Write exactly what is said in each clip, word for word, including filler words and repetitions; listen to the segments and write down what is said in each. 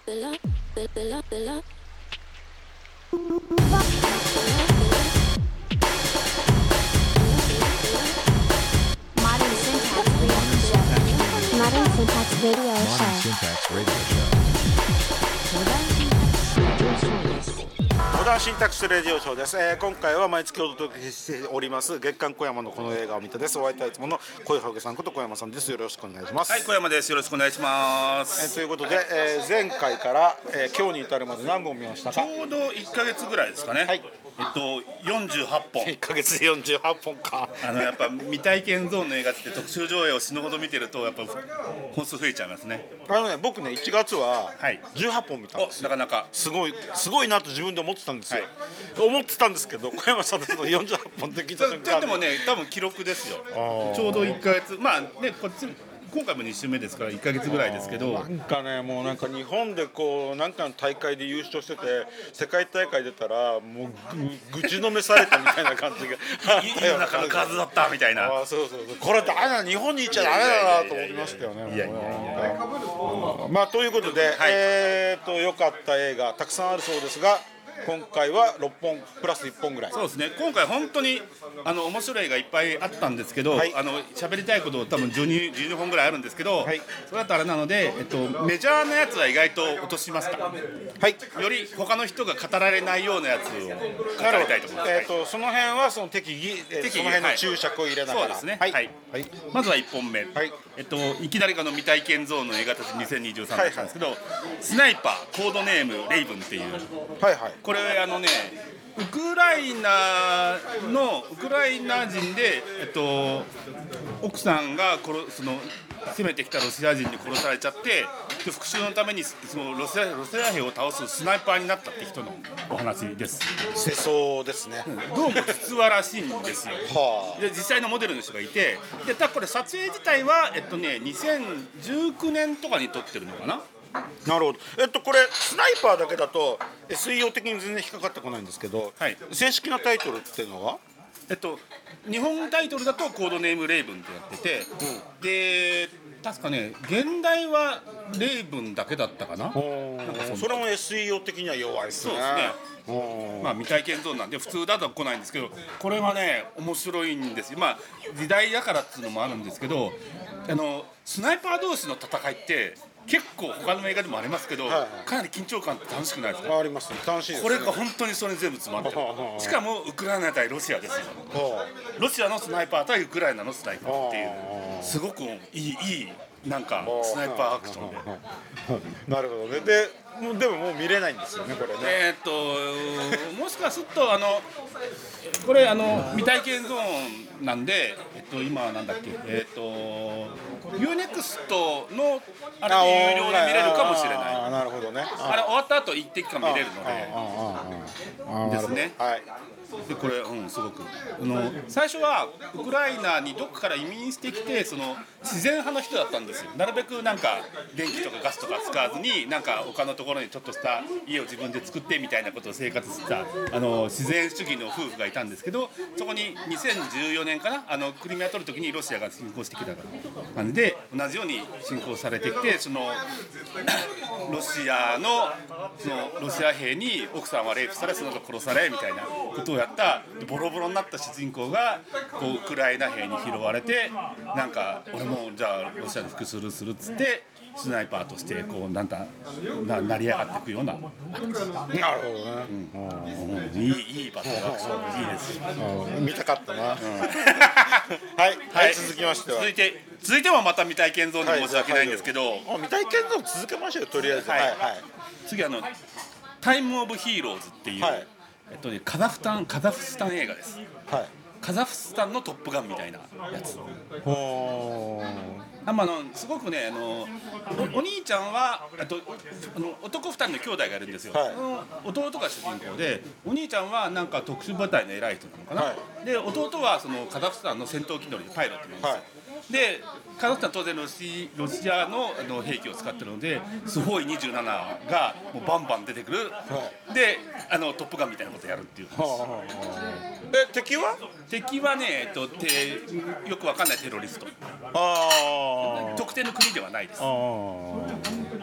モダンシンタクスレディオショーです。えー、今回は毎月お届けしております月刊小山のこの映画を見たです。お相手はいつもの小井峠さんこと小山さんです。よろしくお願いします。 はい、小山です。よろしくお願いします。 えー、ということで、えー、前回から、えー、今日に至るまで何本見ましたか？ ちょうどいっかげつぐらいですかね。 はい。 えっとよんじゅうはっぽん。 いっかげつでよんじゅうはっぽんか。 あのやっぱ未体験ゾーンの映画って特集上映を死ぬほど見てるとやっぱ本数増えちゃいますね。 あのね、僕ねいちがつはじゅうはっぽん見たんですよ。 なかなかすごいすごいなと自分で思ってたんですよ。はい、思ってたんですけど、小山さんのよんじゅうはっぽんで聞いた瞬間に。 でもね、多分記録ですよ。ちょうどいっかげつ、まあね、こっち今回もに週目ですからいっかげつぐらいですけど、 なんかね、もうなんか日本でこうなんかの大会で優勝してて世界大会出たらもうぐちのめされたみたいな感じが世の中の数だったみたいな。 あ、そうそうそう、これダメだ、日本に行っちゃダメだなと思いましたよね。 いやいやいやいや。 まあということで、はい、えーと良かった映画たくさんあるそうですが、今回はろっぽんプラスいっぽんぐらい。 そうですね。今回本当にあの面白い映画いっぱいあったんですけど、はい、あの喋りたいこと多分じゅうに、じゅうにほんぐらいあるんですけど、はい、それだとあれなので、えっと、メジャーなやつは意外と落としました。はい。より他の人が語られないようなやつを語りたいと思います。 えーとその辺はその適宜、えー、適宜その辺の注釈を入れながら、 はい、そうですね。はい。はい、まずはいっぽんめ。はい。えっといきなりあの未体験ゾーンの映画たちにせんにじゅうさんだったんですけど、はいはい、スナイパーコードネームレイブンっていう。はいはい。これあのね、ウクライナのウクライナ人で、えっと、奥さんが殺その攻めてきたロシア人に殺されちゃって、で復讐のためにそのロシア、ロシア兵を倒すスナイパーになったって人のお話です。 世相ですね。 どうも実話らしいんですよ。はあ、で実際のモデルの人がいて、でただこれ撮影自体は、えっとね、にせんじゅうきゅうねんとかに撮ってるのかな。 なるほど。えっとこれスナイパーだけだと エスイーオー 的に全然引っかかってこないんですけど、はい、正式なタイトルっていうのは、 えっと日本タイトルだとコードネームレイブンってやってて、うん、で確かね現代はレイブンだけだったかな。なんかそ, それも エスイーオー 的には弱いですね。そうですね。まあ未体験ゾーンなんで普通だと来ないんですけど、これはね面白いんですよ。まあ時代だからっていうのもあるんですけど、あのスナイパー同士の戦いって結構他の映画でもありますけど、はいはい、かなり緊張感って楽しくないですか？ ありますね。楽しいですね。 これが本当にそれ全部詰まってる。しかもウクライナ対ロシアですよ。ロシアのスナイパー対ウクライナのスナイパーっていうすごくいいいいなんかスナイパーアクションで。 なるほどね。ででももう見れないんですよねこれね。 えー、っともしかするとあのこれあの未体験ゾーンなんで、えっと今なんだっけ、えー、っと ユーネクスト のあれで有料で見れるかもしれない。 ああ、なるほどね。 あれ終わった後一滴か見れるのでですね。はい。でこれ、うん、すごくあの最初はウクライナにどっかから移民してきてその自然派の人だったんですよ。なるべくなんか電気とかガスとか使わずになんか他のところにちょっとした家を自分で作ってみたいなことを生活してたあの自然主義の夫婦がいたんですけど、そこににせんじゅうよねんかな、あのクリミア取る時にロシアが侵攻してきた感じで同じように侵攻されてきて、そのロシアのそのロシア兵に奥さんはレイプされその後殺されみたいなことをやったボロボロになった主人公がこうウクライナ兵に拾われて、なんか俺もじゃあロシアで復讐するっつってスナイパーとしてこうなんだな成り上がっていくような。なるほどね。うん、いいいいバトルアクションいいですよ。 見たかったな。うん、はい、はい、続きましては。 続いて続いてはまた未体験ゾーンで申し訳ないんですけど、はい、 未体験ゾーン続けましょうよとりあえず。はいはい。 次あのタイムオブヒーローズっていう、はい、えっとね、カザフスタンカザフスタン映画です。はい。カザフスタンのトップガンみたいなやつ。ほー。あまあ、のすごくねあの お, お兄ちゃんはあとあの男ふたりの兄弟がいるんですよ。はい、弟が主人公でお兄ちゃんはなんか特殊部隊の偉い人なのかな。はい、で弟はそのカザフスタンの戦闘機乗りでパイロットなんですよ。はい、でカザフスタン当然ロシ、ロシア の, あの兵器を使ってるのでスホーイにじゅうなながもうバンバン出てくる。はい、であのトップガンみたいなことをやるっていう話。はあはあ、 え敵は敵はね、えっと、てよくわかんないテロリスト。あ特定の国ではないです。あ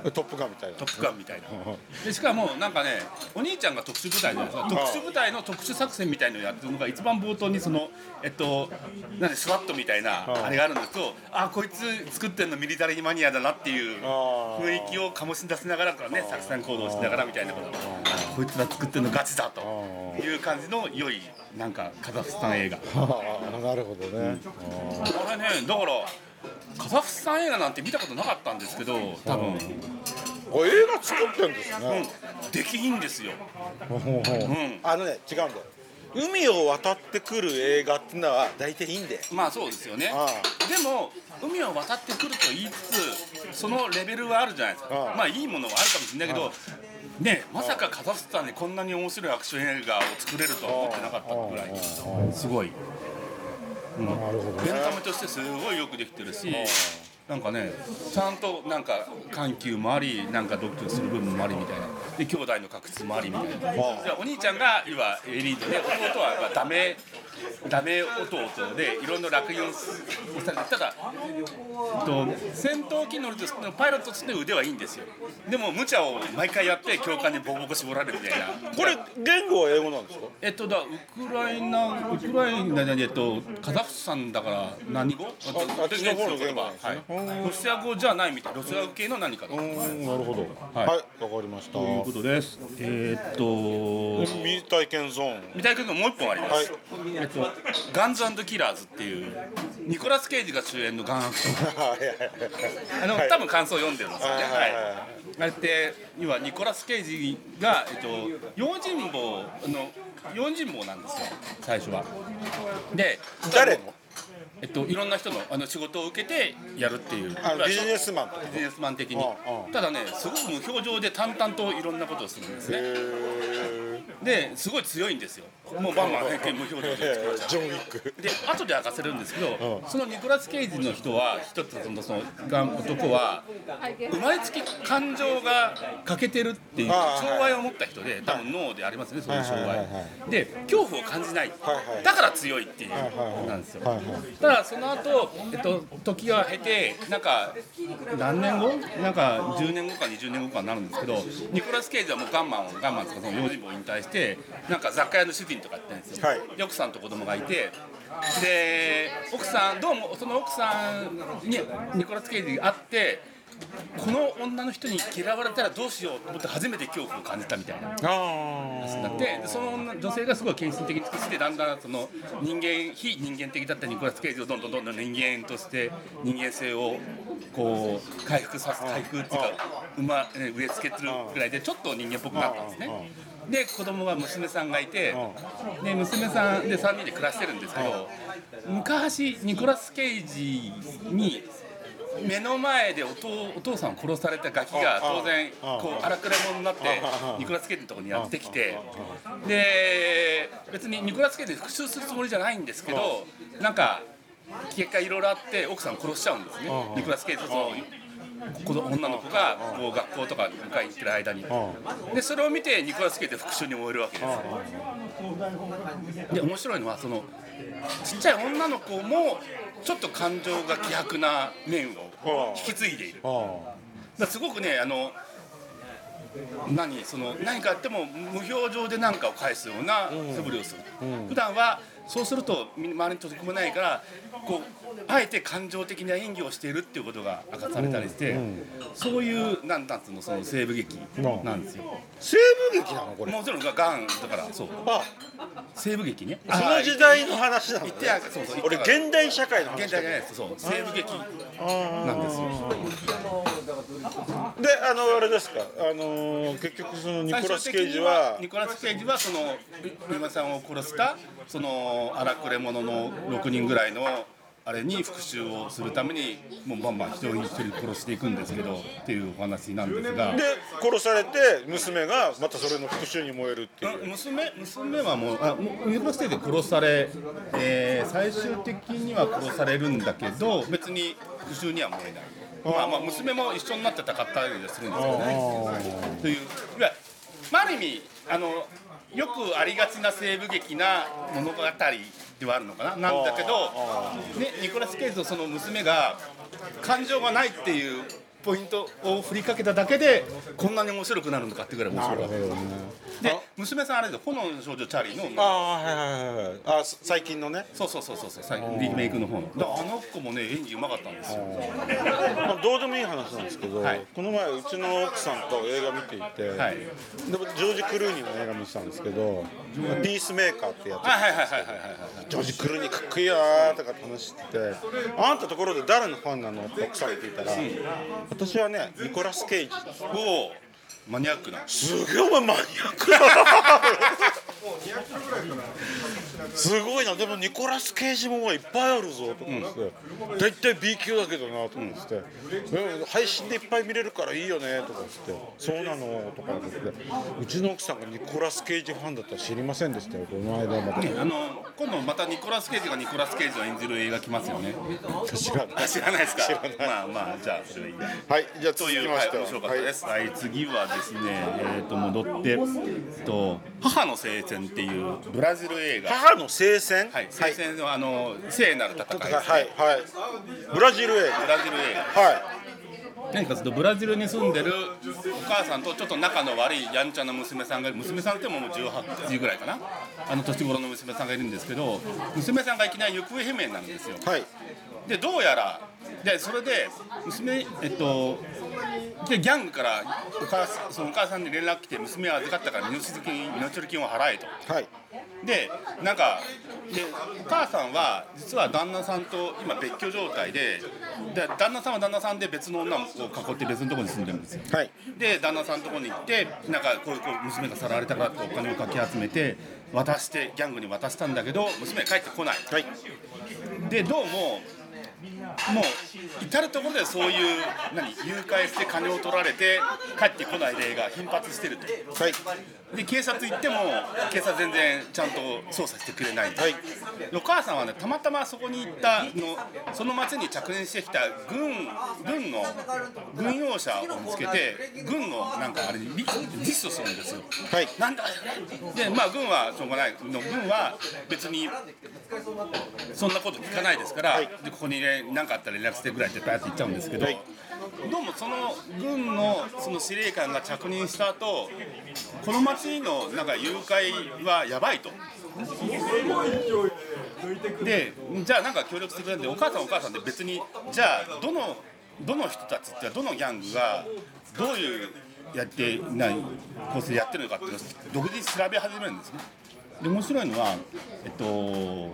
トップガンみたいなトップガンみたいなでしかもなんかねお兄ちゃんが特殊部隊の特殊部隊の特殊作戦みたいなのをやってるのが一番冒頭にそのえっとなんでスワットみたいなあれがあるんですけどあこいつ作ってんのミリタリーマニアだなっていう雰囲気を醸し出しながらからね作戦行動しながらみたいなことこいつら作ってんのガチだという感じの良いなんかカザフスタン映画なるほどね、 うん、これねだからカザフスタン映画なんて見たことなかったんですけど多分映画作ってんですね、 うん、できいいんですよ、 うん、あのね違うんだよ海を渡ってくる映画ってのは大体いいんだよまあそうですよねああでも海を渡ってくると言いつつそのレベルはあるじゃないですかああまあいいものはあるかもしれないけどねまさかカザフスタンでこんなに面白いアクション映画を作れるとは思ってなかったぐらいすごい、うん、なるほどね、エンタメとしてすごいよくできてるしなんかねちゃんとなんか緩急もありなんか読書する部分もありみたいなで兄弟の確執もありみたいなじゃあお兄ちゃんがいわエリートで弟はやっぱダメダメ弟でいろんな落印をされてただと戦闘機乗るとパイロットとして腕はいいんですよでも無茶を毎回やって教官にボコボコ絞られるみたいなこれ言語は英語なんですかえっとだウクライナウクライナえっとカザフスタンだから何語あっちの方の言語なんですね、 はい、ロシア語じゃないみたいロシア系の何かだなるほどはいわ、はい、かりましたということですえー、っと未体験ゾーン未体験ゾーンもう一本あります、はいえっと、ガンズ&キラーズっていうニコラス・ケイジが主演のガンアクションあの、はい、多分感想を読んでるんですよね、はいはいはい、あれって要はニコラス・ケイジが、えっと、用心棒の用心棒なんですよ最初はで誰のえっと、いろんな人の、あの仕事を受けてやるっていうあビジネスマンビジネスマン的にただねすごく無表情で淡々といろんなことをするんですねですごい強いんですよもうバンバンね無表情でジョン・ウィックで後で明かせるんですけどそのニコラス・ケイジの人は一つそのその男は生まれつき感情が欠けてるっていう障害を持った人で多分脳でありますねそういう障害で恐怖を感じないだから強いっていうなんですよただその後、えっと、時が経てなんか何年後なんかじゅうねんごかにじゅうねんごかになるんですけどニコラス・ケイジはもうガンマンをガンマンとかその用心棒を引退してなんか雑貨屋の主人とかやってるんですよ、はい、奥さんと子供がいてで奥さんどうもその奥さんにニコラス・ケイジが会ってこの女の人に嫌われたらどうしようと思って初めて恐怖を感じたみたいな話になってでその女女性がすごい献身的に尽くしてだんだんその人間非人間的だったニコラス・ケイジをどんどんどんどん人間として人間性をこう回復させ回復っていうかうま植え付けてるぐらいでちょっと人間っぽくなったんですねで子供が娘さんがいてで娘さんでさんにんで暮らしてるんですけど昔ニコラス・ケイジに目の前でお 父, お父さんを殺されたガキが当然こう荒くれ者になってニコラス・ケイジのところにやってきてで別にニコラス・ケイジで復讐するつもりじゃないんですけどなんか結果いろいろあって奥さんを殺しちゃうんですねニコラス・ケイジとその子供女の子がこう学校とか迎えに行ってる間にでそれを見てニコラス・ケイジで復讐に燃えるわけですで面白いのはそのちっちゃい女の子もちょっと感情が希薄な面を引き継いでいるだすごくねあの何その何かあっても無表情で何かを返すような素振りをする、うん、普段はそうすると周りに閉じ込めないからこうあえて感情的な演技をしているっていうことが明かされたりして、うんうん、そういうなんなんつうのその西部劇なんですよ、うん、 西部劇なのこれもちろんガンだからそうあ西部劇ねその時代の話なのねそうそう俺現代社会の話現代じゃないですそう西部劇なんですよであのあれですかあの結局そのニコラス・ケイジはニコラス・ケイジはその上間さんを殺したその荒くれ者のろくにんぐらいのあれに復讐をするためにもうバンバン一人一人殺していくんですけどっていうお話なんですがで殺されて娘がまたそれの復讐に燃えるっていう娘娘はもうあニコラス・ケイジで殺され、えー、最終的には殺されるんだけど別に復讐には燃えないまあまあ娘も一緒になって戦ったりするんですけどねというまあある意味あのよくありがちな西部劇な物語ではあるのかななんだけど、ね、ニコラス・ケイジとその娘が感情がないっていうポイントを振りかけただけでこんなに面白くなるのかってぐらい面白かった。で娘さんあれですよ、炎の少女チャーリーの、 ああはいはいはい、あ最近のね、 そうそうそうそうそう、リメイクの方の、あの子もね演技うまかったんですよ。 どうでもいい話なんですけど、はい、この前うちの奥さんと映画見ていて、はい、でジョージ・クルーニーの映画見てたんですけど、ピースメーカーってやつ、ジョージ・クルーニーかっこいいよーとか話してて、あんたところで誰のファンなのって奥さんに聞いたら、うん、私はねニコラス・ケイジ。 おマニアックな、 すげえお前マニアックだすごいな。でもニコラス・ケイジもいっぱいあるぞと思って、うん、だいたい ビー 級だけどなと思って、うん、配信でいっぱい見れるからいいよねとか言って、そうなのとか言って、うちの奥さんがニコラス・ケイジファンだったら知りませんでしたよ、この間まで、 うん、あの今度またニコラス・ケイジがニコラス・ケイジを演じる映画来ますよね。 知らない知らないですか。 知らない。 まあまあじゃあそれでいい。 はい、じゃあ続きまして、 はい、面白かったです。はい、はい、次はですね、えー、と戻って、えー、と母の聖戦っていうブラジル映画。 母の聖戦、 はい、聖戦のあの聖なる戦いです、ね、 はいはいブラジル映画ブラジル映画はい。何かというとブラジルに住んでるお母さんとちょっと仲の悪いやんちゃな娘さんが、娘さんってももうじゅうはちぐらいかな、あの年頃の娘さんがいるんですけど、娘さんがいきなり行方不明になるんですよ。はい。でどうやらでそれで娘えっとでギャングからお母さんそのお母さんに連絡来て、娘は預かったから身代金身代金を払えと。はい。でなんかでお母さんは実は旦那さんと今別居状態で、で旦那さんは旦那さんで別の女を囲って別のところに住んでるんですよ。はい。で旦那さんのところに行ってなんかこういうこう娘がさらわれたからってお金をかき集めて渡してギャングに渡したんだけど娘は帰ってこない。はい。でどうももう至る所でそういう何誘拐して金を取られて帰ってこない例が頻発してると。はい。で警察行っても警察全然ちゃんと捜査してくれない。はい。お母さんはねたまたまそこに行ったのその町に着任してきた軍軍の軍用車を見つけて軍のなんかあれにリストするんですよ。はい。なんだでまあ軍はしょうがないの軍は別にそんなこと聞かないですから、はい、でここにね何かあったら連絡してぐらいってバーって言っちゃうんですけど、はい、どうもその軍のその司令官が着任した後この町のなんか誘拐はやばいと。でじゃあなんか協力してくれるんでお母さんお母さんで別にじゃあどのどの人たちってどのギャングがどういうやってない構成でやってるのかっていうのを独自に調べ始めるんですね。で面白いのはえっと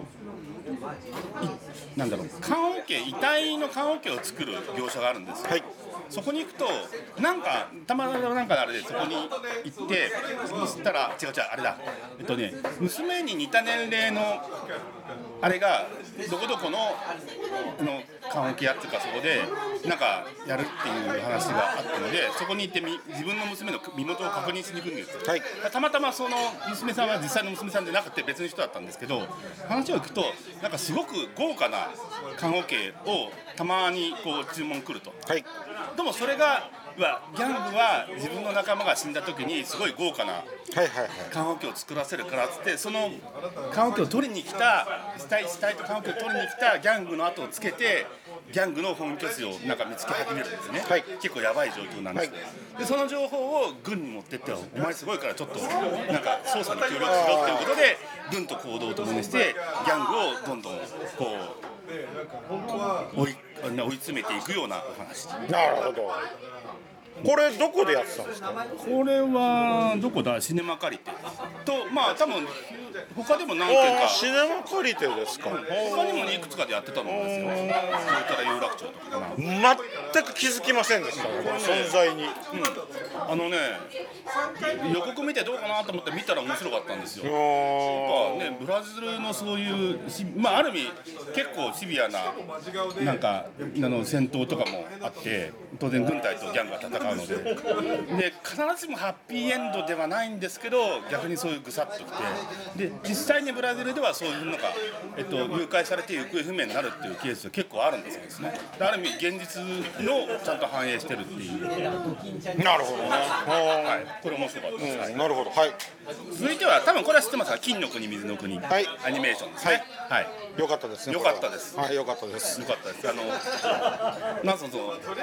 なんだろう棺桶遺体の棺桶を作る業者があるんですよ。はい。そこに行くとなんかたまたまなんかあれでそこに行ってそしたら違う違うあれだえっとね娘に似た年齢のあれがどこどこのの棺桶屋っていうかそこでなんかやるっていう話があったのでそこに行ってみ自分の娘の身元を確認しに行くんですよ。はい。たまたまその娘さんは実際の娘さんじゃなくて別の人だったんですけど話を聞くとなんかすごく豪華な棺桶をたまにこう注文来ると。はい。でもそれがギャングは自分の仲間が死んだ時にすごい豪華な棺桶を作らせるからっつってその棺桶を取りに来た死体死体と棺桶を取りに来たギャングの後をつけてギャングの本拠地をなんか見つけ始めるんですね。はい。結構やばい状況なんです、はい、でその情報を軍に持ってってお前すごいからちょっとなんか捜査に協力しろっていうことで軍と行動を共にしてギャングをどんどんこう追い追い詰めていくようなお話。 なるほど。これどこでやってたんですか？ これはどこだシネマ借りてとまあ多分他でも何件かシネマ借りてですか？ 他にもいくつかでやってたと思うんですよ。それから有楽町とかかな。 全く気づきませんでしたね、この存在に、うん、 あのね予告見てどうかなと思って見たら面白かったんですよ。やっぱねブラジルのそういうまあある意味結構シビアななんかあの戦闘とかもあって当然軍隊とギャングが戦うのでで必ずしもハッピーエンドではないんですけど逆にそういうぐさっときてで実際にブラジルではそういうのが、えっと、誘拐されて行方不明になるっていうケースが結構あるんですよですね。ある意味現実のちゃんと反映してるっていう。 なるほどね。 はい、これ面白かったです、 うん、なるほど。はい。 続いては多分これは知ってますか？金の国水の国、はい、アニメーションですね。はい。はいよかったですね。 よかったです。 はい、よかったです。 よかったです。あのなんその予告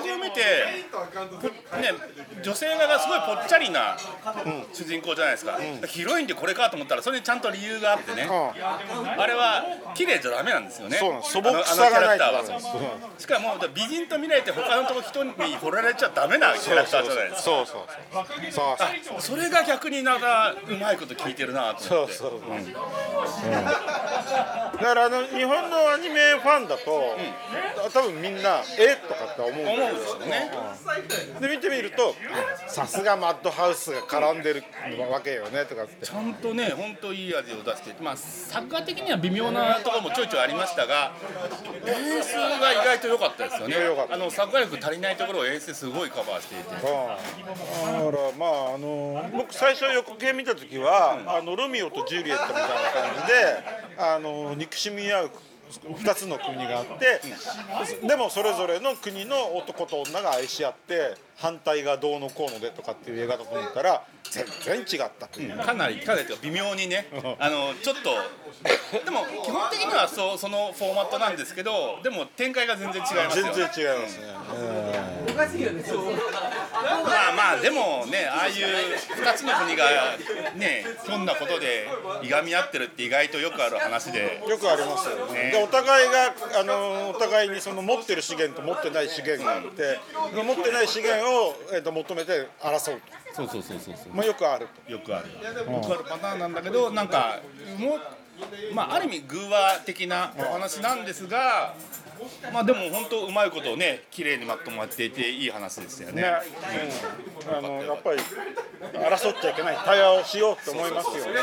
を見て、ね、女性側がすごいぽっちゃりな主人公じゃないですか、うん、ヒロインでこれかと思ったらそれにちゃんと理由があってね、うん、あれは綺麗じゃダメなんですよね。 そうなん素朴さがないとダメです。 しかも美人と見られて他のとこ人に惚れられちゃダメなキャラクターじゃないですか。 そうそうそうそうそう。それが逆になんかうまいこと聞いてるなと思って。そうそうそう、うんうん、だからあの日本のアニメファンだと、うん、多分みんなえとかって思うんですよね、うん、で見てみるとさすがマッドハウスが絡んでるわけよねとかってちゃんとね本当いい味を出して、まあ作画的には微妙なところもちょいちょいありましたが演出が意外と良かったですよね。あの作画力足りないところを演出すごいカバーしていて、だからまああの僕最初予告編見た時は、うん、あのロミオとジュリエットみたいな感じであの憎しみ合うふたつの国があって、うん、でもそれぞれの国の男と女が愛し合って反対がどうのこうのでとかっていう映画だと思ったら全然違ったという、 うん、かなりかなり微妙にねあのちょっとでも基本的にはそうそのフォーマットなんですけどでも展開が全然違いますよ。 全然違いますね、 うん、おかしいよね。まあまあでもねああいうふたつの国がねひょんなことでいがみ合ってるって意外とよくある話でよくありますよね。でお互いがあのお互いにその持ってる資源と持ってない資源があって持ってない資源を、えー、と求めて争うと。 そうそうそうそうそう、 まあ、よくあるよくあるよくあるパターンなんだけどなんかもうまあある意味偶話的なお話なんですが、まあでも本当うまいことをね綺麗にまとまっていていい話ですよね。ね、 うん、あのやっぱり争っちゃいけない対話をしようと思いますよね。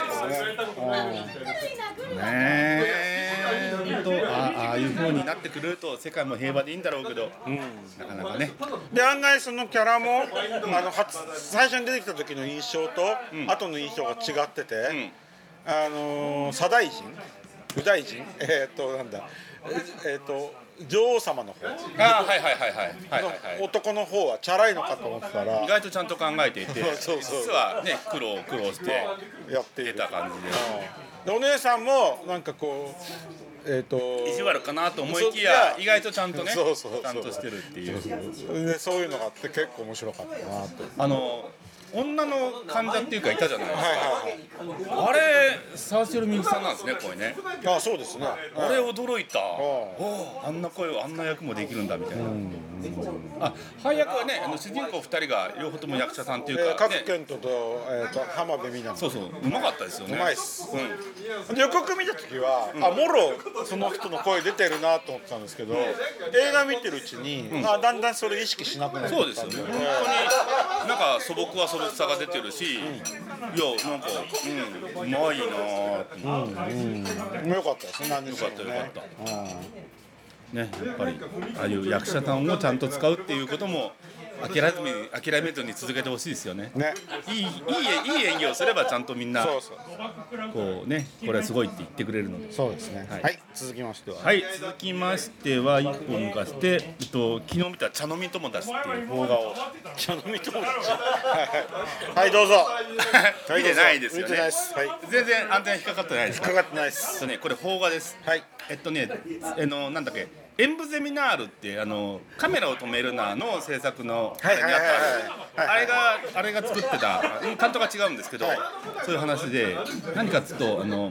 ねえ本当 あ, ああいう風になってくると世界も平和でいいんだろうけど、うん、なかなかね。 で案外そのキャラもあの初最初に出てきた時の印象と、うん、後の印象が違ってて、うん、あの左大臣右大臣えー、っとなんだえー、っと女王様の方あはいはいはいはい、はいはい、 男の方はチャラいのかと思ってたら意外とちゃんと考えていてそうそう実はね苦労苦労してやっていた感じで、 でお姉さんもなんかこうえー、と意地悪かなと思いきや意外とちゃんとねそうそうそうちゃんとしてるっていうでそういうのがあって結構面白かったなと。 あの女の患者っていうかいたじゃないですか、はいはいはい、あれ沢城みゆきさんなんですねこれね。 あそうですね。 あれ驚いた。あ, あんな声をあんな役もできるんだみたいな。うんあ配役はねあの主人公ふたりが両方とも役者さんっていうか、ね、 賀来賢人と、えー、と浜辺美波。 そうそううまかったですよね。 うまいっす、うん、で予告見た時は、うん、あもろその人の声出てるなと思ってたんですけど、うん、映画見てるうちに、うん、あだんだんそれ意識しなくなってたんで。 そうですよね。本当になんか素朴は素朴さが出てるし、うん、いやなんか、うん、うまいなーって、 うんうん、よかったですね。何でしょうね。 よかったよかった、うんね、やっぱりああいう役者さんをちゃんと使うっていうことも諦めずに諦めずに続けてほしいですよね。ねいいいいいい演技をすればちゃんとみんなそうそうこうねこれはすごいって言ってくれるので。 そうですね。はい、はい、続きましては。 はい続きましては一本抜かして、えっと昨日見た茶飲み友達っていう邦画を。 茶飲み友達。はいどうぞ。 見てないですよね。 見てないです。はい。 全然安全引っかかってないですか。 引っかかってないです。 とねこれ邦画です。 はい。 えっとねあのなんだっけ。演舞ゼミナールってあのカメラを止めるなの制作のあれにあったあれがあれが作ってた監督が違うんですけど、はい、そういう話で何かっつうとあの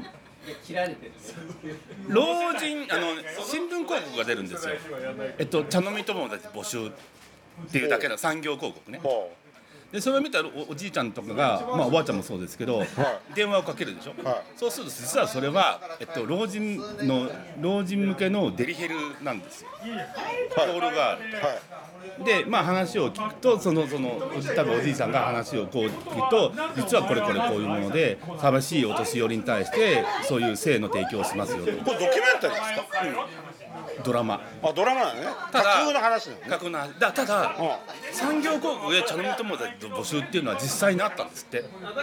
老人あの新聞広告が出るんですよ。えっと茶飲み友達募集っていうだけの産業広告ね。でそれを見たら お, おじいちゃんとかが、まあ、おばあちゃんもそうですけど、はい、電話をかけるでしょ、はい、そうすると実はそれは、えっと、老人の老人向けのデリヘルなんですよ、はい、コールがある、はい、でまあ話を聞くとそのその多分おじいさんが話をこう聞くと実はこれこれこういうもので寂しいお年寄りに対してそういう性の提供をしますよと。 これドキュメンタリーですか、うんドラマ。 あ、ドラマだね。架空の話だね。 架空の話。だただ、うん、産業広告で茶飲み友達の募集っていうのは実際にあったんですって。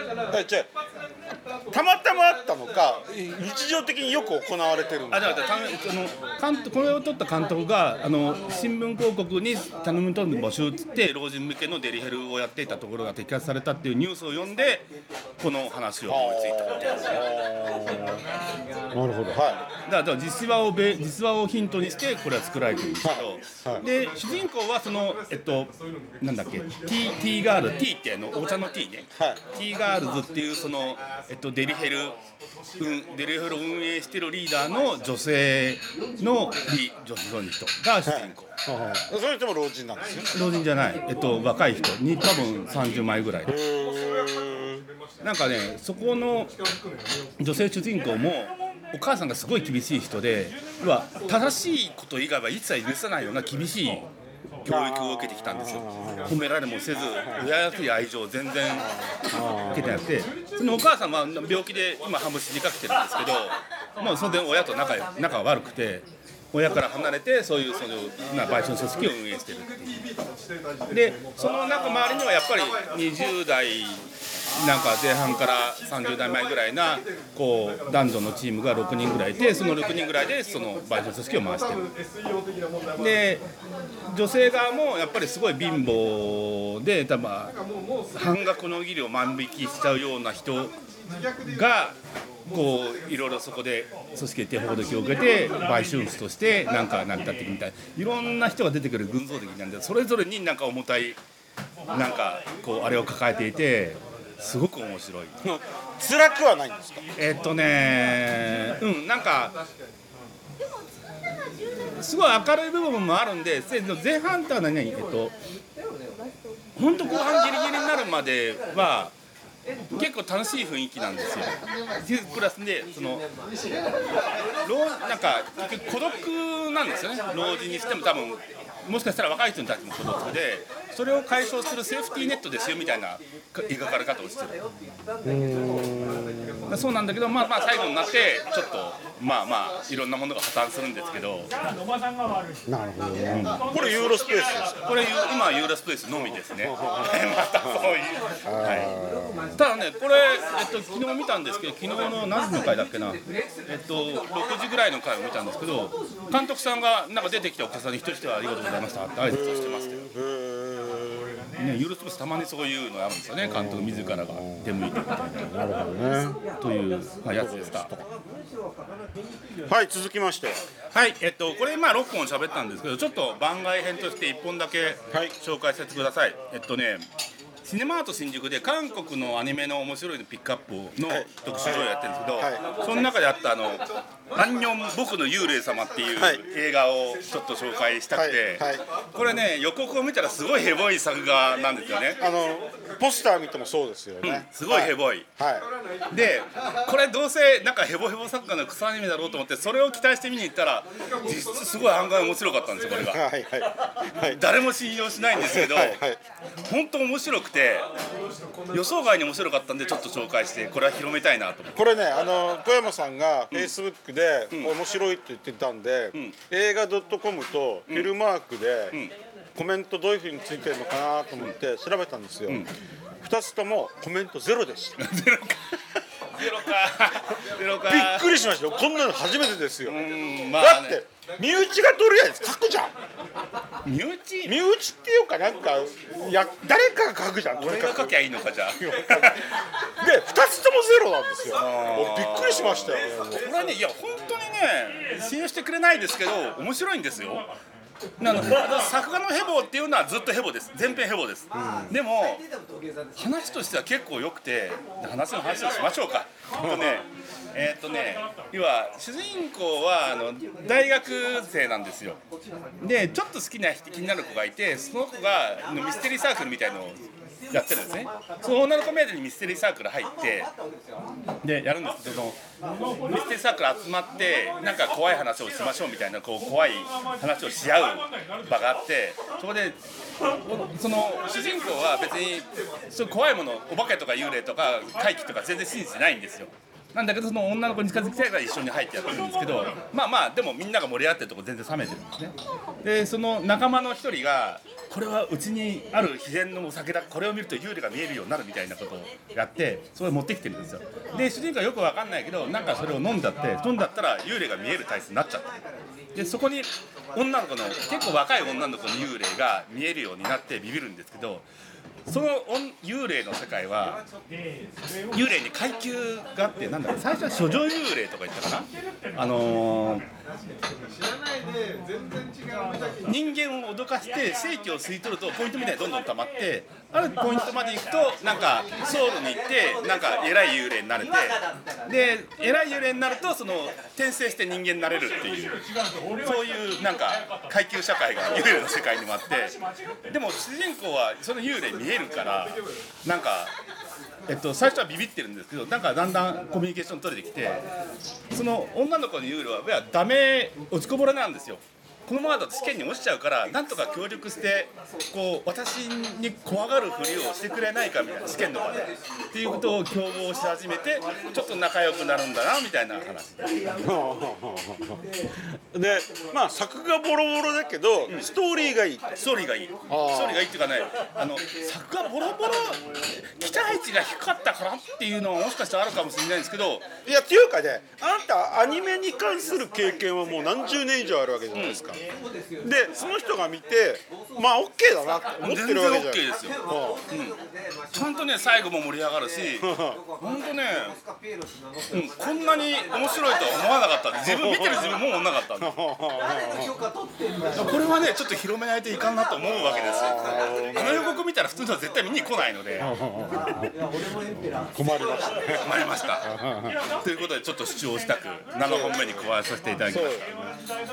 たまたまあったのか、日常的によく行われてるのか。 あ、だからあのこれを撮った監督があの新聞広告に茶飲み友達募集っつって老人向けのデリヘルをやっていたところが摘発されたっていうニュースを読んでこの話を思いついたっていう。 なるほど。はい。 だから実話を実話をヒントににしてこれは作られてるんですけど、はいはい、で主人公はそのえっとなんだっけ T, T ガール T ってあのお茶の T ね、はい、T ガールズっていうそのえっとデリヘル、うん、デリヘルを運営してるリーダーの女性の女性の人が主人公。 はいはいはい、その人も老人なんですよ。 老人じゃない、えっと若い人に多分さんじゅうまいぐらい。なんかねそこの女性主人公もお母さんがすごい厳しい人で、要は正しいこと以外は一切許さないような厳しい教育を受けてきたんですよ。褒められもせず親やすい愛情を全然受けてなくて、そのお母さんは病気で今半分死にかけてるんですけど、もうそれで親と仲仲悪くて親から離れてそういうそのな売春組織を運営してるっていう。でそのなんか周りにはやっぱりにじゅう代なんか前半からさんじゅう代前ぐらいなこう男女のチームがろくにんぐらいいて、そのろくにんぐらいでその売春組織を回してる。で女性側もやっぱりすごい貧乏で多分半額の義理を万引きしちゃうような人がこういろいろそこで組織で手ほどきを受けて売春婦としてなんか成り立っていくみたいな、いろんな人が出てくる群像劇なんで、それぞれになんか重たいなんかこうあれを抱えていてすごく面白い。 辛くはないんですか？ えっとねうんなんかすごい明るい部分もあるんで、前半ってのは何えっと本当後半ギリギリになるまでは結構楽しい雰囲気なんですよ。プラスでそのなんか結局孤独なんですよね。老人にしても多分もしかしたら若い人たちも孤独で、それを解消するセーフティーネットですよみたいな描かれ方をしてる。そうなんだけど、まあまあ最後になってちょっとまあまあいろんなものが破綻するんですけど。 なるほどね、うん、これユーロスペースですか？ これ今ユーロスペースのみですね。またそういう、はい、ただねこれ、えっと、昨日見たんですけど、昨日の何時の回だっけな、えっと、ろくじぐらいの回を見たんですけど、監督さんがなんか出てきたお客さんに一人一人ありがとうございましたって挨拶をしてましたよ。ね、ユーロスペースたまにそういうのあるんですよね、監督自らが出向いてみたいな。なるほどね。という、まあ、やつでした。 はい、続きまして、 はい、えっとこれまあろっぽん喋ったんですけど、ちょっと番外編としていっぽんだけ紹介させてください。えっとねシネマアート新宿で韓国のアニメの面白いのピックアップの特集をやってるんですけど、はいはい、その中であったあのアンニョン僕の幽霊様っていう映画をちょっと紹介したくて、はいはい、これね予告を見たらすごいヘボい作画なんですよね。 あのポスター見てもそうですよね、うん、 すごいヘボい、はいはい、でこれどうせなんかヘボヘボ作家の草アニメだろうと思ってそれを期待して見に行ったら実質すごい案外面白かったんですよこれが、はいはいはい、誰も信用しないんですけど、はいはい、本当面白くて予想外に面白かったんでちょっと紹介してこれは広めたいなと思って。 これねあの小山さんがフェイスブックで面白いって言ってたんで、うん、映画 .com とフィルマークで、うん、コメントどういう風についてるのかなと思って調べたんですよ、うん、ふたつともコメントゼロでしたゼロかゼロかゼロかびっくりしましたよ。こんなの初めてですよ。うん、まあね、だって身内がとりあえず書くじゃん。 身内身内っていうかなんかや誰かが書くじゃん。 俺が書きゃいいのかじゃあでふたつともゼロなんですよ。びっくりしましたよ。 これはねいや本当にね信用してくれないですけど面白いんですよ。なの作画のヘボっていうのはずっとヘボです。全編ヘボです、うん、でも話としては結構良くて話の話をしましょうか。とねえーっとね要は主人公はあの大学生なんですよ。でちょっと好きな人気になる子がいて、その子がミステリーサークルみたいのをやってるんですね。その女の子目当てにミステリーサークル入ってでやるんですけど、そのミステリーサークル集まってなんか怖い話をしましょうみたいなこう怖い話をし合う場があって、そこでその主人公は別にそう怖いものお化けとか幽霊とか怪奇とか全然信じてないんですよ。なんだけどその女の子に近づきたいから一緒に入ってやってるんですけど、まあまあでもみんなが盛り上がってるとこ全然冷めてるんですね。でその仲間の一人がこれはうちにある秘伝のお酒だ、これを見ると幽霊が見えるようになるみたいなことをやってそれを持ってきてるんですよ。で主人公はよく分かんないけどなんかそれを飲んじゃって飲んだったら幽霊が見える体質になっちゃった。でそこに女の子の結構若い女の子の幽霊が見えるようになってビビるんですけど、 その幽霊の世界は幽霊に階級があって、なんだろう、最初は処女幽霊とか言ったかな、あのー、人間を脅かして生気を吸い取るとポイントみたいにどんどん溜まって、あるポイントまで行くとなんかソウルに行ってなんか偉い幽霊になれて、で偉い幽霊になるとその転生して人間になれるっていう、そういうなんか階級社会が幽霊の世界にもあって、でも主人公はその幽霊見えるからなんか、えっと、最初はビビってるんですけど、なんかだんだんコミュニケーション取れてきて、その女の子の幽霊はダメ落ちこぼれなんですよ。このままだと試験に落ちちゃうから、なんとか協力してこう私に怖がるふりをしてくれないかみたいな、試験の場でっていうことを共謀し始めて、ちょっと仲良くなるんだなみたいな話で、まあ作がボロボロだけど、うん、ストーリーがいい。 ストーリーがいいストーリーがいいっていうかね、あの作がボロボロ期待値が低かったからっていうのはもしかしたらあるかもしれないんですけど、 いやっていうかね、あなたアニメに関する経験はもう何十年以上あるわけじゃないですか、うん、でその人が見てまあ OK だなって思ってるわけじゃない。全然 OK ですよ、うん、ちゃんとね最後も盛り上がるし本当ね、うん、こんなに面白いとは思わなかった。自分見てる自分も思わなかったんでこれはねちょっと広めないといかんなと思うわけですよ。あの予告見たら普通のは絶対見に来ないので困りましたね困りましたということでちょっと主張したくななほんめに加えさせていただきました。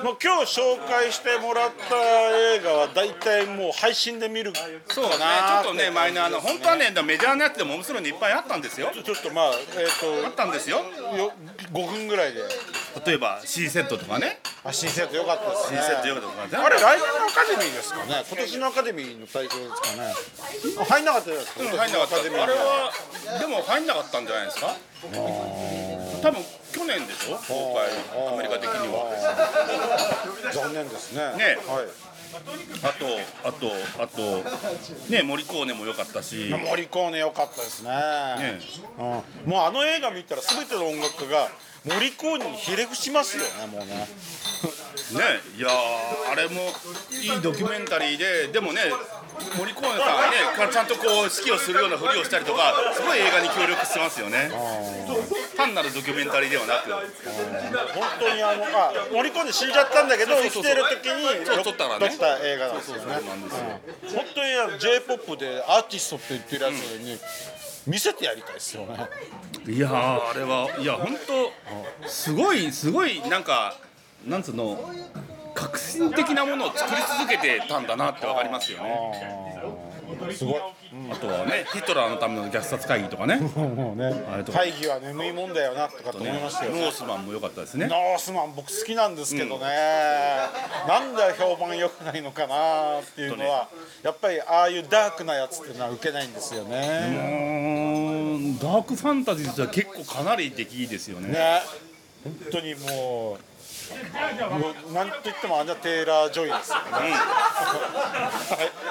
もう今日紹介してもらった映画は大体もう配信で見るかな。 そうね、ちょっとねマイナーな、本当はねメジャーなやつでも面白いのいっぱいあったんですよ。 ちょっとまあえっとあったんですよ。 ごふんぐらいで、 例えば C セットとかね。 あ C セット良かったですね。 C セット良かったね。 あれ来年のアカデミーですかね。今年のアカデミーの対象ですかね。入んなかったですか。 うん、入んなかった。あれはでも入んなかったんじゃないですか。多分去年でしょ公開、アメリカ的には。 残念ですね。ね、 はい。あとあとあとねモリコーネも良かったし。 モリコーネ良かったですね。ね、うん、もうあの映画見たら全ての音楽がモリコーネにひれ伏しますよね、もうね。ね、 いやあれもいいドキュメンタリーで、でもねモリコーネさんがねちゃんとこう指揮をするようなふりをしたりとか、すごい映画に協力してますよね。単なるドキュメンタリーではなく、 本当にあのあモリコーネ死んじゃったんだけど、生きてる時に撮ったらね、 撮った映画なんですよね。本当にあの J-ポップ でアーティストって言ってるやつに、うん、見せてやりたいですよね。 いやあれはいや本当すごいすごいなんかなんつうの革新的なものを作り続けてたんだなってわかりますよね。 すごい。 あとはねヒトラーのための虐殺会議とかね。 もうね会議は眠いもんだよなとかと思いましたよ。 ノースマンも良かったですね。 ノースマン僕好きなんですけどね、うん、なんで評判良くないのかなっていうのは、やっぱりああいうダークなやつっていうのは受けないんですよね。 うんダークファンタジーとは結構かなり出来ですよね。 ね、本当にもうもうなんといってもあんなテイラー・ジョイですよね、うん、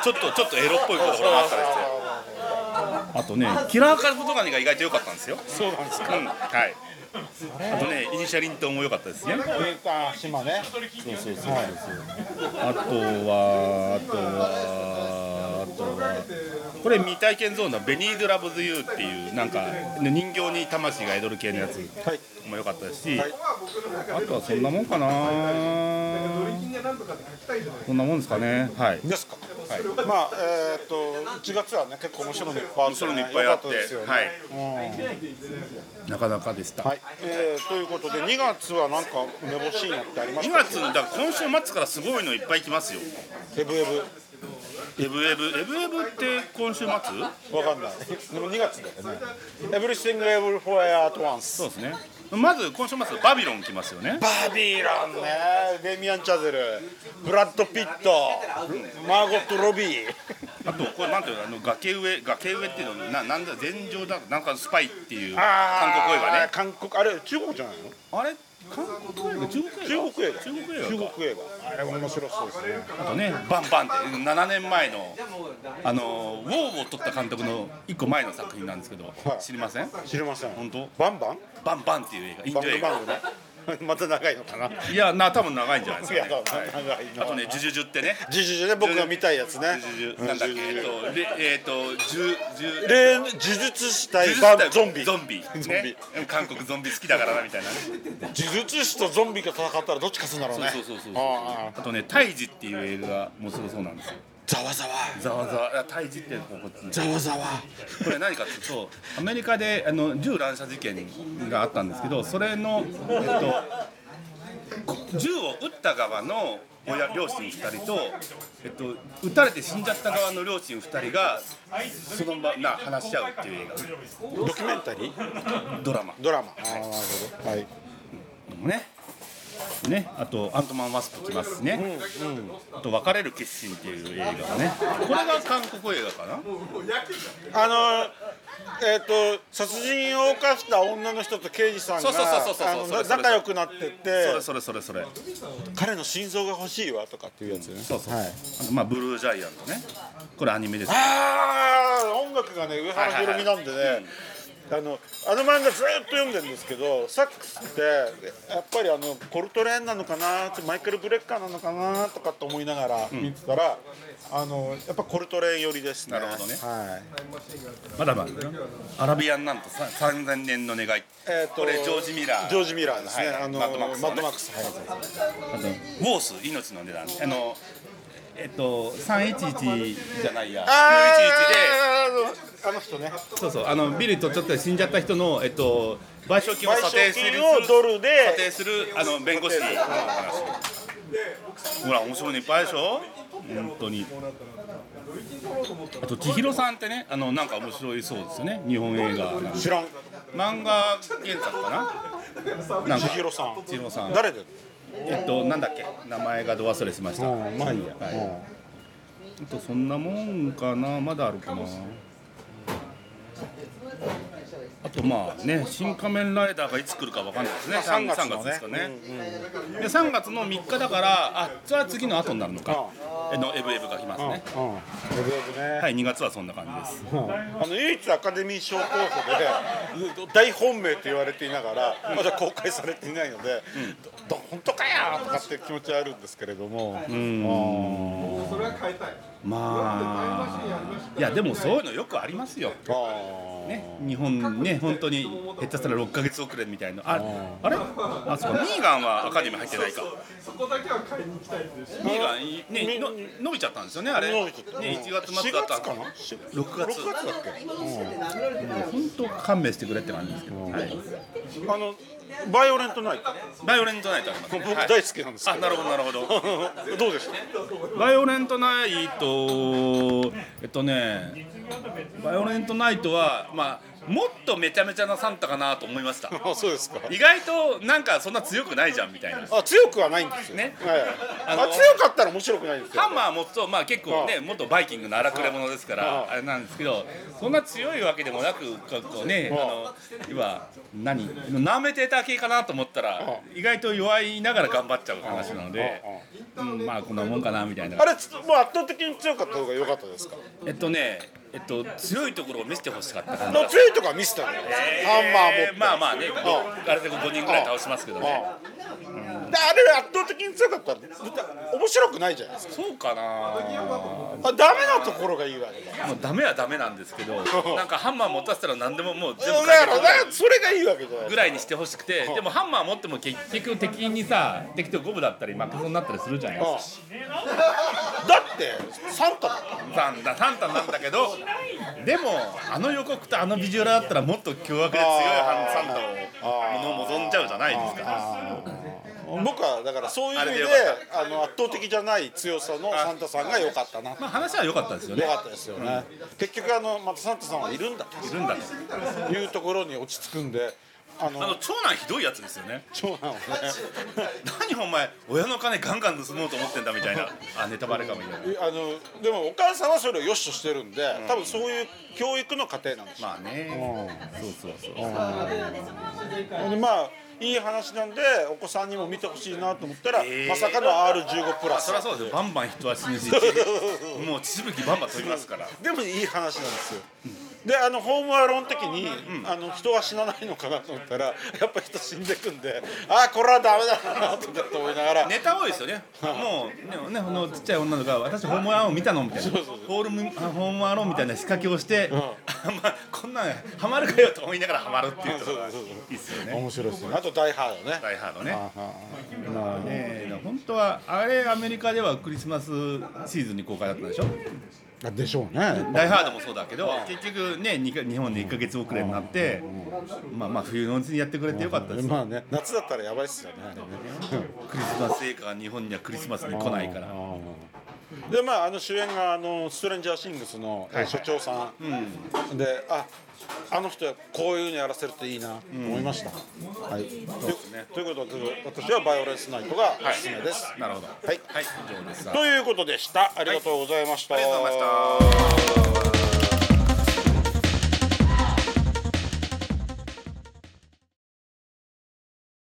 ちょっとちょっとエロっぽいところがあったりして、あとねキラーカルフとかが意外と良かったんですよ。 そうなんですか、 うん、はい。あとねイニシャリン島も良かったですね。 あ島ね。 そうそうそうそう、はい、あとはあとはあとはこれ未体験ゾーンのベニードラブズユーっていうなんか人形に魂が宿る系のやつも良かったですし、はい、あとはそんなもんかな。そんなもんですかね。はい。 ですか。はい、まあえっ、ー、といちがつはね結構面白いのいっぱいあって、ね、 面白いのいっぱいあって、はい、 うん、 なかなかでした。 はい、えー、ということでにがつはなんかめぼしいのってありますか。 にがつだから今週末からすごいのいっぱい来ますよ。 エブエブエブエブエブエブって今週末？わかんない。でもにがつだよね。Everything Everywhere at Once。 そうですね。まず今週末バビロン来ますよね。 バビロンね。デミアン・チャゼル、ブラッド・ピット、マーゴット・ロビー。 あとこれなんていうの、あの崖上崖上っていうのななんだ前場だなんかスパイっていう韓国映画ね。 韓国あれ中国じゃないの？ あれ韓国映画中国映画中国映画中国映画中国映画あれ面白そうですね。 あとねバンバンってななねんまえのあのウォーを撮った監督のいっこまえの作品なんですけど、はい、知りません？ 知りません。 本当？ バンバンバンバンっていう映画インド映画。 バンバンね。 また長いのかな。 いやな多分長いんじゃないですか、ね。 いや長いの、はい、 あとねジュジュジュってね。 ジュジュジュね僕が見たいやつね。 ジュジュジュなんだっけえっとレえっとジュジュ例呪術師対バンゾンビ。 ゾンビ。ゾンビ。韓国ゾンビ好きだからなみたいなね。 呪術師とゾンビが戦ったらどっち勝つんだろうね。 そうそうそうそう。あとねタイジっていう映画もすごそうなんですよ。 ざわざわざわざわタイジってこっちざわざわこれ何かというとアメリカであの銃乱射事件があったんですけどそれの、えっと、銃を撃った側の親両親ふたりと、えっと、撃たれて死んじゃった側の両親ふたりがその場な話し合うっていう映画。ドキュメンタリードラマドラマ、はい、あ、なるほど、はい、 ねね、あとアントマン・ワスプ来ますしね、うんうん、あと別れる決心っていう映画がねこれが韓国映画かな。 あのえっ、ー、と殺人を犯した女の人と刑事さんが仲良くなっててそれそれそれそれ彼の心臓が欲しいわとかっていうやつね、うん、 そうそう、はい、あのまあブルージャイアントねこれアニメです。 ああ音楽がね上原ひろみなんでね、はいはいはい、あのあの漫画ずっと読んでるんですけどサックスってやっぱりあのコルトレーンなのかなマイケル・ブレッカーなのかなとかって思いながら見てたら、うん、あのやっぱコルトレーン寄りですね。 なるほどね、 はい、 まだまだアラビアンなんとさんぜんねんの願い、えー、とこれジョージ・ミラージョージ・ミラーですね、はい、あのマッドマックス、ね、 マッドマックス、はい、 あとウォース命の値段あのえっとさんいちいちじゃないやきゅういちいちであの人ねそうそうあのビルとちょっと死んじゃった人のえっと賠償金を査定するドルで査定するあの弁護士の話。ほら面白いのいっぱいでしょ本当に。あと千尋さんってねあのなんか面白いそうですよね日本映画知らん漫画原作かな。なんか千尋さん千尋さん誰でえっとなんだっけ名前がど忘れしました。 まあいいや、 はい、あとそんなもんかなまだあるかな。あとまあね新仮面ライダーがいつ来るかわかんないですね。さんがつですかね、うんうん、でさんがつのみっかだからあじゃあ次の後になるのかえのエブエブが来ますね。 うんうん、エブエブねはいにがつはそんな感じです、 うん、あの唯一アカデミー賞候補で大本命と言われていながらまだ公開されていないので、うん、ど本当かよとかって気持ちはあるんですけれども、うん、 それは変えたい。まあいやでもそういうのよくありますよ。ね、日本ね本当に下手したらろっかげつ遅れみたいなああれあそうかミーガンはアカデミー入ってないか。 そこだけは買いに行きたいです。 ミーガンねの伸びちゃったんですよねあれねいちがつ末だったかなろくがつだっけ。 本当勘弁してくれって感じですけど、はい、 あのバイオレントナイトバイオレントナイトあります、 ね、僕大好きなんですけど、 はい、あなるほどなるほどどうでしたバイオレントナイトえっとねバイオレントナイトはまあもっとめちゃめちゃなサンタかなと思いました。 あそうですか。 意外となんかそんな強くないじゃんみたいな。 あ強くはないんですよね、はい、あのあ強かったら面白くないんですよ。 ハンマー持つとまあ結構ね元バイキングの荒くれ者ですからあれなんですけどそんな強いわけでもなくこうねあの今何舐めてた系かなと思ったら意外と弱いながら頑張っちゃう話なので、うん、まあこんなもんかなみたいな。 あれもう圧倒的に強かった方が良かったですか。 えっとねえっと、強いところを見せてほしかった感じ。強いところは見せたのよ、えー、ハンマー持ってまあまあねあれでごにんぐらい倒しますけどね、 うん、であれ圧倒的に強かったら面白くないじゃないですか。 そうかなあダメなところがいいわけだ。もうダメはダメなんですけどなんかハンマー持たせたら何でももう全部だからそれがいいわけじゃないぐらいにしてほしくてでもハンマー持っても結局敵にさ敵と五分だったり負けそうになったりするじゃないですか。 だってサンタだサンタサンタなんだけどでもあの予告とあのビジュアルだったらもっと凶悪で強いサンタを望んじゃうじゃないですか。 僕はだからそういう意味であの圧倒的じゃない強さのサンタさんが良かったな。 まあ話は良かったですよね。 良かったですよね、うん、結局あのまたサンタさんはいるんだといるんだというところに落ち着くんであの, あの長男ひどいやつですよね。 長男はね何お前親の金ガンガン盗もうと思ってんだみたいなあネタバレかもしれない。 あのでもお母さんはそれを良しとしてるんで、うん、多分そういう教育の過程なんですよ。 まあね、うん、そうそうそうでまあいい話なんでお子さんにも見てほしいなと思ったら、えー、まさかの アールじゅうご プラス。 そりゃそうですよ。バンバン人は死ぬしもう血しぶきバンバン飛びますからでもいい話なんですよ、うんであのホームアローン的に、うん、あの人は死なないのかなと思ったらやっぱ人死んでくんでああこれはダメだなとかって思いながらネタ多いですよねもうねあのちっちゃい女の子が私ホームアローン見たのみたいなそうそうそうホームホームアローンみたいな仕掛けをして、うんまあ、こんなんハマるかよと思いながらハマるっていうところがいいですよね面白いですよねあとダイハードねダイハードねまあね本当はあれアメリカではクリスマスシーズンに公開だったでしょでしょうねダイハードもそうだけど結局ね日本でいっかげつ遅れになってまあまあ冬のうちにやってくれてよかったですまあね夏だったらやばいっすよねクリスマス映画が日本にはクリスマスに来ないからでまああの主演があのストレンジャーシングスの所長さん、はいうん、でああの人はこういうのやらせるといいなと思いました、うん、はいということで私はバイオレンスナイトがおすすめです、 はい、なるほどはい、 はい、以上ですということでしたありがとうございました、 はい、ありがとうございました。